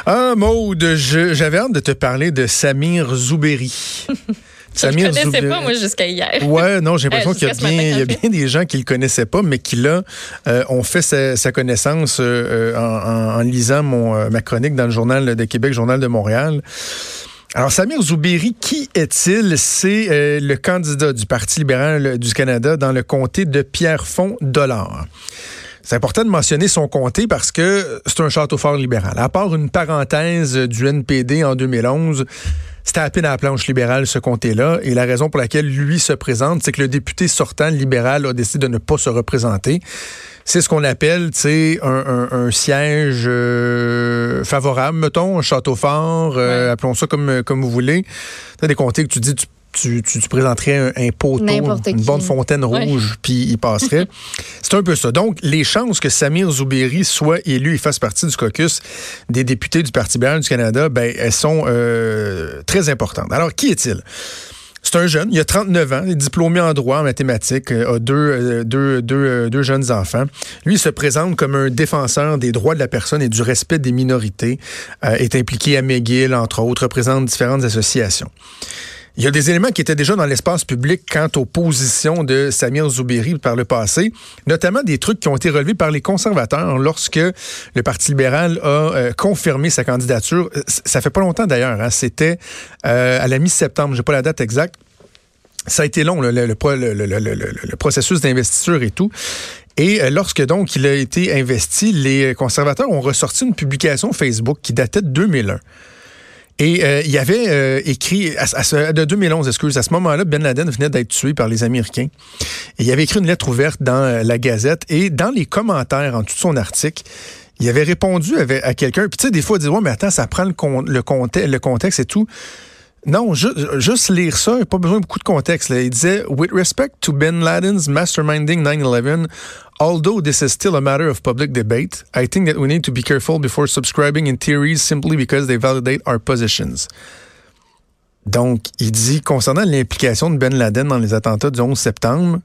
Maude, j'avais hâte de te parler de Samir Zuberi. Je ne connaissais pas, moi, jusqu'à hier. Ouais, non, j'ai l'impression qu'il y a bien des gens qui le connaissaient pas, mais qui, là, ont fait sa connaissance en lisant ma chronique dans le Journal de Québec, Journal de Montréal. Alors, Samir Zuberi, qui est-il? C'est le candidat du Parti libéral du Canada dans le comté de Pierrefonds-Dollard. C'est important de mentionner son comté parce que c'est un château fort libéral. À part une parenthèse du NPD en 2011, c'était à peine à la planche libérale, ce comté-là. Et la raison pour laquelle lui se présente, c'est que le député sortant libéral a décidé de ne pas se représenter. C'est ce qu'on appelle, tu sais, un siège favorable, mettons, un château fort, appelons ça comme vous voulez. T'as des comtés que tu dis, tu présenterais un poteau, une bonne fontaine rouge, puis il passerait. C'est un peu ça. Donc, les chances que Samir Zuberi soit élu et fasse partie du caucus des députés du Parti libéral du Canada, elles sont très importantes. Alors, qui est-il? C'est un jeune, il a 39 ans, il est diplômé en droit, en mathématiques, a deux jeunes enfants. Lui, il se présente comme un défenseur des droits de la personne et du respect des minorités, est impliqué à McGill, entre autres, représente différentes associations. Il y a des éléments qui étaient déjà dans l'espace public quant aux positions de Samir Zuberi par le passé, notamment des trucs qui ont été relevés par les conservateurs lorsque le Parti libéral a confirmé sa candidature. Ça fait pas longtemps d'ailleurs, hein. C'était à la mi-septembre, j'ai pas la date exacte. Ça a été long, le processus d'investiture et tout. Et lorsque donc il a été investi, les conservateurs ont ressorti une publication Facebook qui datait de 2001. Et il y avait écrit, de 2011, à ce moment-là, Ben Laden venait d'être tué par les Américains. Et il avait écrit une lettre ouverte dans la Gazette. Et dans les commentaires, en tout son article, il avait répondu à quelqu'un. Puis tu sais, des fois, il dit, ouais, mais attends, ça prend le contexte et tout. Non, juste lire ça, il n'y a pas besoin de beaucoup de contexte. Là. Il disait, with respect to Ben Laden's masterminding 9/11, although this is still a matter of public debate, I think that we need to be careful before subscribing in theories simply because they validate our positions. Donc, il dit, concernant l'implication de Ben Laden dans les attentats du 11 septembre,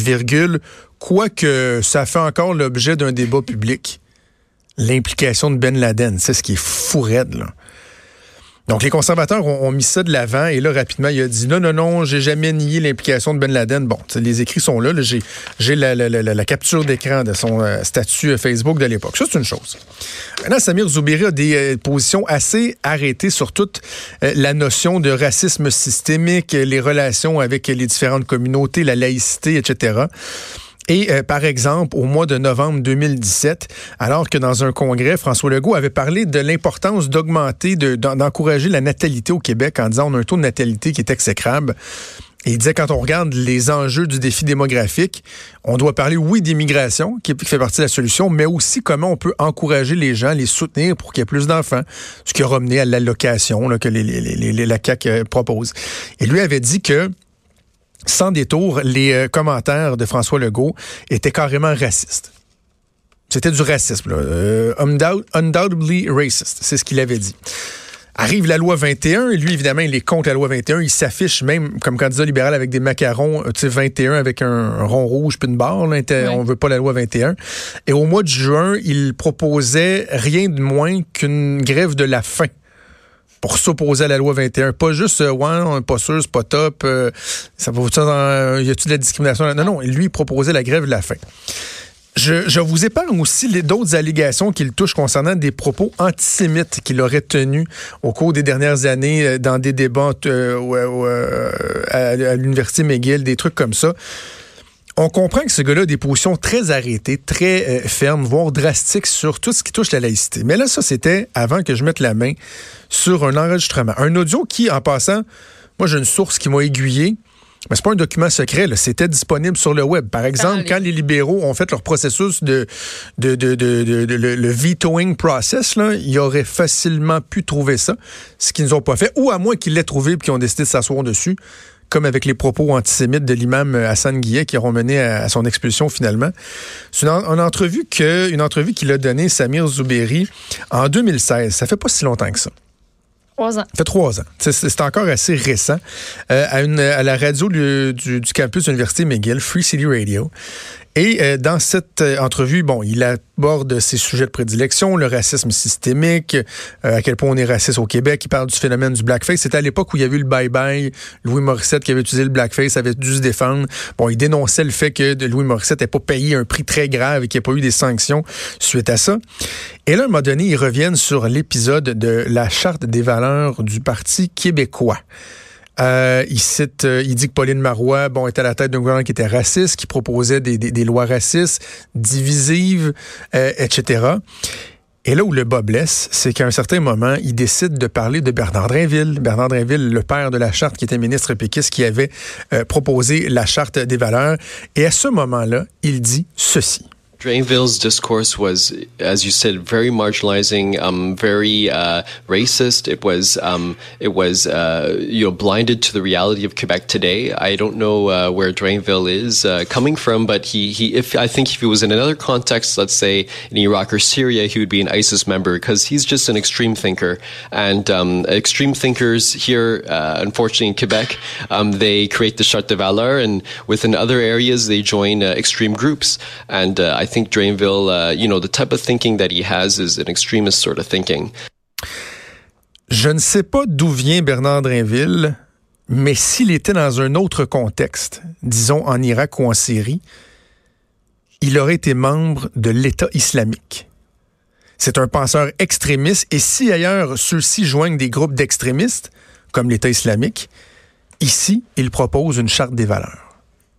quoique ça fait encore l'objet d'un débat public, l'implication de Ben Laden, c'est ce qui est fou raide, là. Donc, les conservateurs ont mis ça de l'avant et là, rapidement, il a dit non, j'ai jamais nié l'implication de Ben Laden. Bon, les écrits sont là. J'ai la capture d'écran de son statut Facebook de l'époque. Ça, c'est une chose. Maintenant, Samir Zuberi a des positions assez arrêtées sur toute la notion de racisme systémique, les relations avec les différentes communautés, la laïcité, etc. Et par exemple, au mois de novembre 2017, alors que dans un congrès, François Legault avait parlé de l'importance d'augmenter, d'encourager la natalité au Québec en disant on a un taux de natalité qui est exécrable. Et il disait quand on regarde les enjeux du défi démographique, on doit parler, oui, d'immigration, qui fait partie de la solution, mais aussi comment on peut encourager les gens, les soutenir pour qu'il y ait plus d'enfants, ce qui a ramené à l'allocation là, que la CAQ propose. Et lui avait dit que sans détour, les commentaires de François Legault étaient carrément racistes. C'était du racisme, là. Undoubtedly racist, c'est ce qu'il avait dit. Arrive la loi 21, et lui, évidemment, il est contre la loi 21. Il s'affiche même comme candidat libéral avec des macarons, tu sais, 21 avec un rond rouge puis une barre. Là, on veut pas la loi 21. Et au mois de juin, il proposait rien de moins qu'une grève de la faim pour s'opposer à la loi 21. Pas juste, on n'est pas sûr, c'est pas top, ça va, y a-t-il de la discrimination? Non, lui, il proposait la grève de la faim. Je vous épargne aussi d'autres allégations qu'il touche concernant des propos antisémites qu'il aurait tenus au cours des dernières années dans des débats à l'Université McGill, des trucs comme ça. On comprend que ce gars-là a des positions très arrêtées, très fermes, voire drastiques sur tout ce qui touche la laïcité. Mais là, ça, c'était avant que je mette la main sur un enregistrement. Un audio qui, en passant, moi, j'ai une source qui m'a aiguillé, mais c'est pas un document secret, là, c'était disponible sur le web. Par exemple, quand les libéraux ont fait leur processus le vetoing process, là, ils auraient facilement pu trouver ça, ce qu'ils n'ont pas fait, ou à moins qu'ils l'aient trouvé et qu'ils ont décidé de s'asseoir dessus, comme avec les propos antisémites de l'imam Hassan Guillet qui auront mené à son expulsion finalement. C'est une entrevue qu'il a donnée Samir Zuberi en 2016. Ça fait pas si longtemps que ça. 3 ans. Ça fait 3 ans. C'est encore assez récent. À la radio du campus de l'Université McGill, Free City Radio. Et dans cette entrevue, il aborde ses sujets de prédilection, le racisme systémique, à quel point on est raciste au Québec. Il parle du phénomène du blackface. C'était à l'époque où il y avait eu le bye-bye. Louis Morissette qui avait utilisé le blackface avait dû se défendre. Il dénonçait le fait que Louis Morissette n'ait pas payé un prix très grave et qu'il n'y ait pas eu des sanctions suite à ça. Et là, à un moment donné, ils reviennent sur l'épisode de la Charte des valeurs du Parti québécois. Il dit que Pauline Marois, était à la tête d'un gouvernement qui était raciste, qui proposait des lois racistes, divisives, etc. Et là où le bas blesse, c'est qu'à un certain moment, il décide de parler de Bernard Drainville. Bernard Drainville, le père de la Charte, qui était ministre péquiste, qui avait proposé la Charte des valeurs. Et à ce moment-là, il dit ceci. Drainville's discourse was, as you said, very marginalizing, very racist. It was blinded to the reality of Quebec today. I don't know where Drainville is coming from, but I think if he was in another context, let's say in Iraq or Syria, he would be an ISIS member because he's just an extreme thinker. And extreme thinkers here, unfortunately in Quebec, they create the Charte des Valeurs, and within other areas they join extreme groups. And I think Drainville, the type of thinking that he has is an extremist sort of thinking. Je ne sais pas d'où vient Bernard Drainville, mais s'il était dans un autre contexte, disons en Irak ou en Syrie, il aurait été membre de l'État islamique. C'est un penseur extrémiste, et si ailleurs ceux-ci joignent des groupes d'extrémistes, comme l'État islamique, ici, il propose une charte des valeurs.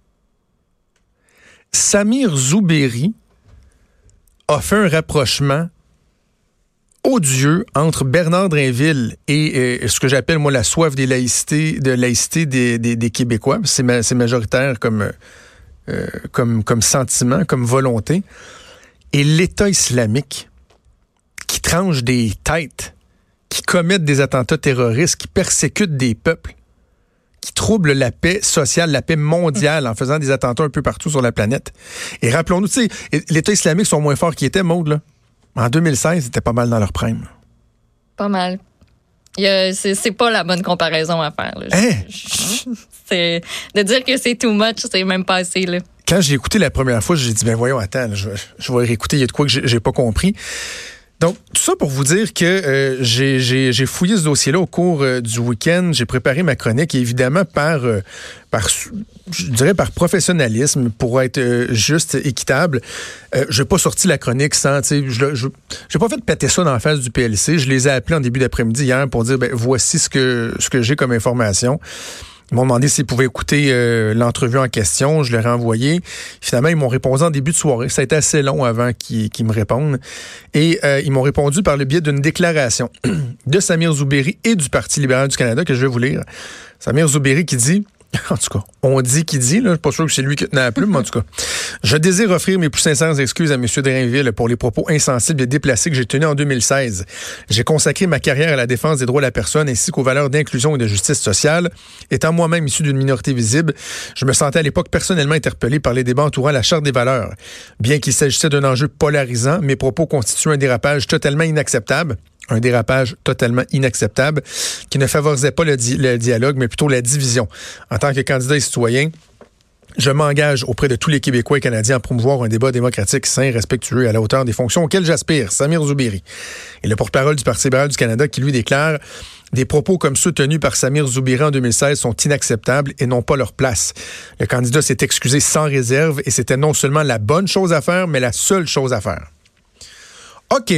Samir Zouberi a fait un rapprochement odieux entre Bernard Drainville et ce que j'appelle, moi, la soif de laïcité des Québécois. C'est majoritaire comme sentiment, comme volonté. Et l'État islamique qui tranche des têtes, qui commettent des attentats terroristes, qui persécutent des peuples, qui trouble la paix sociale, la paix mondiale en faisant des attentats un peu partout sur la planète. Et rappelons-nous, tu sais, l'État islamique sont moins forts qu'ils étaient, Maude, là. En 2016, c'était pas mal dans leur prime. Pas mal. C'est pas la bonne comparaison à faire. Là. C'est de dire que c'est too much, c'est même pas assez. Là. Quand j'ai écouté la première fois, j'ai dit, voyons, attends, là, je vais réécouter, il y a de quoi que j'ai pas compris. Donc, tout ça pour vous dire que j'ai fouillé ce dossier-là au cours du week-end. J'ai préparé ma chronique et évidemment par professionnalisme, pour être juste, équitable. Je n'ai pas sorti la chronique sans, tu sais, j'ai pas fait péter ça dans la face du PLC. Je les ai appelés en début d'après-midi hier pour dire, voici ce que j'ai comme information. Ils m'ont demandé s'ils pouvaient écouter l'entrevue en question. Je leur ai envoyé. Finalement, ils m'ont répondu en début de soirée. Ça a été assez long avant qu'ils me répondent. Et ils m'ont répondu par le biais d'une déclaration de Samir Zouberi et du Parti libéral du Canada que je vais vous lire. Samir Zouberi qui dit... En tout cas, on dit qu'il dit, là, je suis pas sûr que c'est lui qui tenait la plume, mais en tout cas. Je désire offrir mes plus sincères excuses à M. Drainville pour les propos insensibles et déplacés que j'ai tenus en 2016. J'ai consacré ma carrière à la défense des droits de la personne ainsi qu'aux valeurs d'inclusion et de justice sociale. Étant moi-même issu d'une minorité visible, je me sentais à l'époque personnellement interpellé par les débats entourant la Charte des valeurs. Bien qu'il s'agissait d'un enjeu polarisant, mes propos constituent un dérapage totalement inacceptable. Un dérapage totalement inacceptable qui ne favorisait pas le dialogue, mais plutôt la division. En tant que candidat et citoyen, je m'engage auprès de tous les Québécois et Canadiens à promouvoir un débat démocratique sain, respectueux et à la hauteur des fonctions auxquelles j'aspire. Samir Zouberi. Et le porte-parole du Parti libéral du Canada qui lui déclare « Des propos comme ceux tenus par Samir Zouberi en 2016 sont inacceptables et n'ont pas leur place. » Le candidat s'est excusé sans réserve et c'était non seulement la bonne chose à faire, mais la seule chose à faire. OK.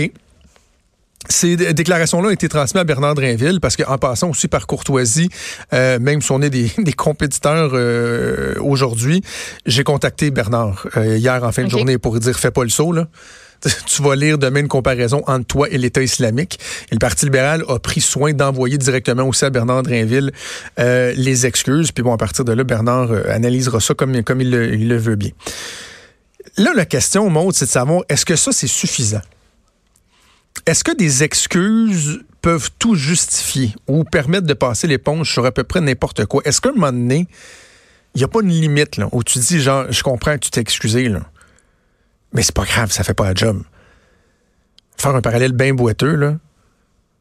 Ces déclarations-là ont été transmises à Bernard Drainville parce qu'en passant aussi par courtoisie, même si on est des compétiteurs aujourd'hui, j'ai contacté Bernard hier en fin de journée pour dire « Fais pas le saut, là ». Tu vas lire demain une comparaison entre toi et l'État islamique. Et le Parti libéral a pris soin d'envoyer directement aussi à Bernard Drainville les excuses. Puis bon, à partir de là, Bernard analysera ça comme il le veut bien. Là, la question, Maude, c'est de savoir, est-ce que ça, c'est suffisant? Est-ce que des excuses peuvent tout justifier ou permettre de passer l'éponge sur à peu près n'importe quoi? Est-ce qu'à un moment donné, il n'y a pas une limite là, où tu dis, genre, je comprends que tu t'es excusé, là, mais c'est pas grave, ça fait pas la job. Faire un parallèle bien boiteux, là.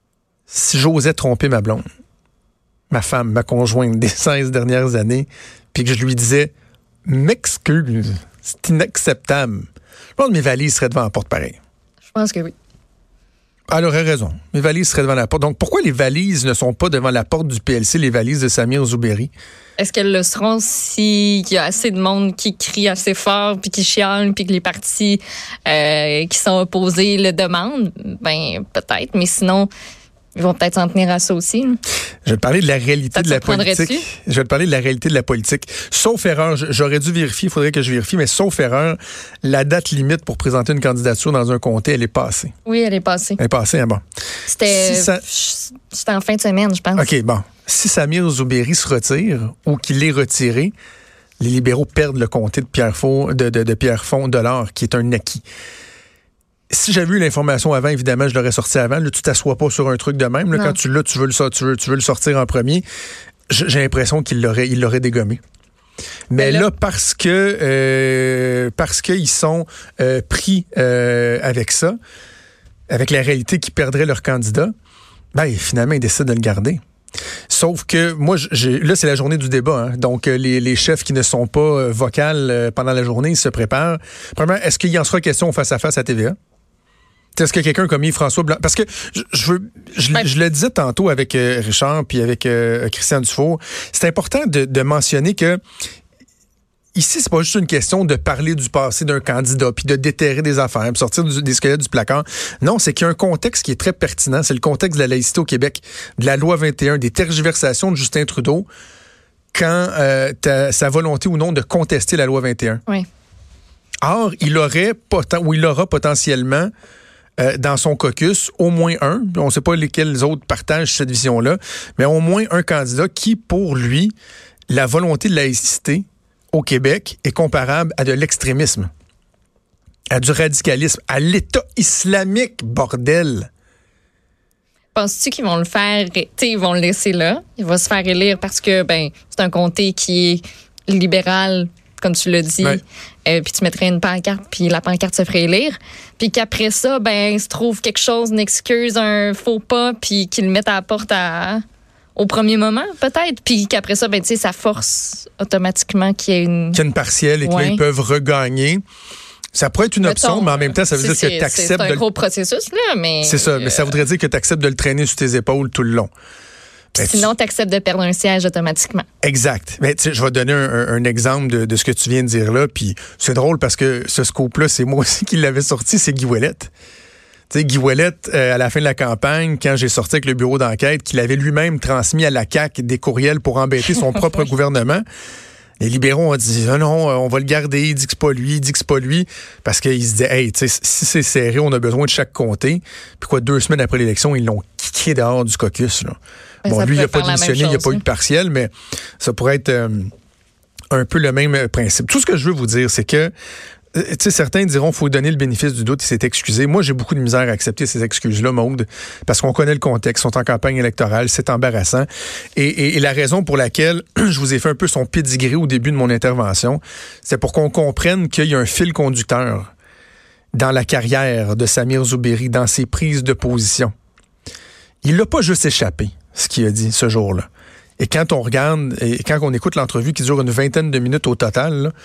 si j'osais tromper ma blonde, ma femme, ma conjointe des 16 dernières années, puis que je lui disais « m'excuse, c'est inacceptable », je pense que mes valises seraient devant la porte pareil. Je pense que oui. Elle aurait raison. Mes valises seraient devant la porte. Donc, pourquoi les valises ne sont pas devant la porte du PLC, les valises de Samir Zouberi? Est-ce qu'elles le seront s'il y a assez de monde qui crie assez fort, puis qui chiale, puis que les partis qui sont opposés le demandent? Ben, peut-être, mais sinon, ils vont peut-être s'en tenir à ça aussi. Je vais te parler de la réalité de la politique. Je vais te parler de la réalité de la politique. Sauf erreur, j'aurais dû vérifier, il faudrait que je vérifie, mais sauf erreur, la date limite pour présenter une candidature dans un comté, elle est passée. Oui, elle est passée. Elle est passée, hein, bon. C'était en fin de semaine, je pense. OK, bon. Si Samir Zouberi se retire ou qu'il est retiré, les libéraux perdent le comté de Pierrefonds-Dollard, qui est un acquis. Si j'avais eu l'information avant, évidemment, je l'aurais sorti avant. Là, tu t'assois pas sur un truc de même. Là, quand tu l'as, tu veux le sortir en premier. J'ai l'impression qu'il l'aurait dégommé. Mais là, parce qu'ils sont pris avec ça, avec la réalité qu'ils perdraient leur candidat, ben finalement, ils décident de le garder. Sauf que moi, là, c'est la journée du débat. Hein. Donc, les chefs qui ne sont pas vocales pendant la journée, ils se préparent. Premièrement, est-ce qu'il y en sera question face-à-face à TVA? Est-ce que quelqu'un comme Yves-François Blanc... Parce que je le disais tantôt avec Richard puis avec Christian Dufault, c'est important de mentionner que ici, c'est pas juste une question de parler du passé d'un candidat puis de déterrer des affaires, puis sortir des squelettes du placard. Non, c'est qu'il y a un contexte qui est très pertinent. C'est le contexte de la laïcité au Québec, de la loi 21, des tergiversations de Justin Trudeau quand sa volonté ou non de contester la loi 21. Oui. Or, il aura potentiellement dans son caucus, au moins un, on ne sait pas lesquels autres partagent cette vision-là, mais au moins un candidat qui, pour lui, la volonté de laïcité au Québec est comparable à de l'extrémisme, à du radicalisme, à l'État islamique, bordel. Penses-tu qu'ils vont le faire, ils vont le laisser là, il va se faire élire parce que c'est un comté qui est libéral, comme tu l'as dit, puis tu mettrais une pancarte, puis la pancarte se ferait élire, puis qu'après ça, il se trouve quelque chose, une excuse, un faux pas, puis qu'ils le mettent à la porte au premier moment, peut-être, puis qu'après ça, ça force automatiquement qu'il y ait une partielle et que là, ils peuvent regagner. Ça pourrait être une option, mais en même temps, ça veut dire que tu acceptes C'est un gros processus, là, mais... C'est ça, mais ça voudrait dire que tu acceptes de le traîner sur tes épaules tout le long. Sinon, tu acceptes de perdre un siège automatiquement. Exact. Mais je vais donner un exemple de ce que tu viens de dire là. Puis c'est drôle parce que ce scoop-là, c'est moi aussi qui l'avais sorti, c'est Guy Ouellette. Tu sais, Guy Ouellette, à la fin de la campagne, quand j'ai sorti avec le bureau d'enquête, qu'il avait lui-même transmis à la CAQ des courriels pour embêter son propre gouvernement, les libéraux ont dit « non, on va le garder, il dit que c'est pas lui, parce qu'ils se disaient « hey, tu sais, si c'est serré, on a besoin de chaque comté. » Puis 2 semaines après l'élection, ils l'ont kické dehors du caucus, là. Bon, lui, il n'a pas démissionné, il n'y a pas eu de partiel, mais ça pourrait être un peu le même principe. Tout ce que je veux vous dire, c'est que, certains diront qu'il faut donner le bénéfice du doute, il s'est excusé. Moi, j'ai beaucoup de misère à accepter ces excuses-là, Maude, parce qu'on connaît le contexte, ils sont en campagne électorale, c'est embarrassant. Et la raison pour laquelle je vous ai fait un peu son pédigré au début de mon intervention, c'est pour qu'on comprenne qu'il y a un fil conducteur dans la carrière de Samir Zouberi, dans ses prises de position. Il l'a pas juste échappé, ce qu'il a dit ce jour-là. Et quand on regarde, et quand on écoute l'entrevue qui dure une 20aine de minutes au total, là,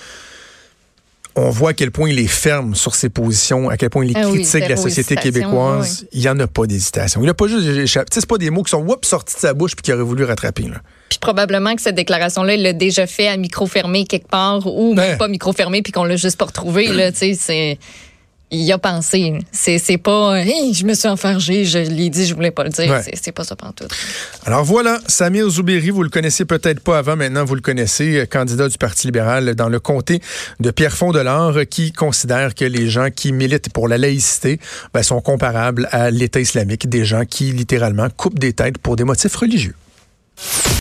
on voit à quel point il est ferme sur ses positions, à quel point il critique la société québécoise. Oui. Il n'y en a pas d'hésitation. Il n'a pas juste échappé. C'est pas des mots qui sont sortis de sa bouche puis qu'il aurait voulu rattraper. Là. Puis probablement que cette déclaration-là, il l'a déjà fait à micro fermé quelque part ou pas micro fermé puis qu'on l'a juste pas retrouvé. Là, c'est... Il y a pensé. C'est pas hey, je me suis enfargé, je l'ai dit, je voulais pas le dire. Ouais. C'est pas ça pantoute. Alors voilà, Samir Zouberi, vous le connaissiez peut-être pas avant, maintenant vous le connaissez, candidat du Parti libéral dans le comté de Pierrefonds-Dollard, qui considère que les gens qui militent pour la laïcité sont comparables à l'État islamique, des gens qui littéralement coupent des têtes pour des motifs religieux.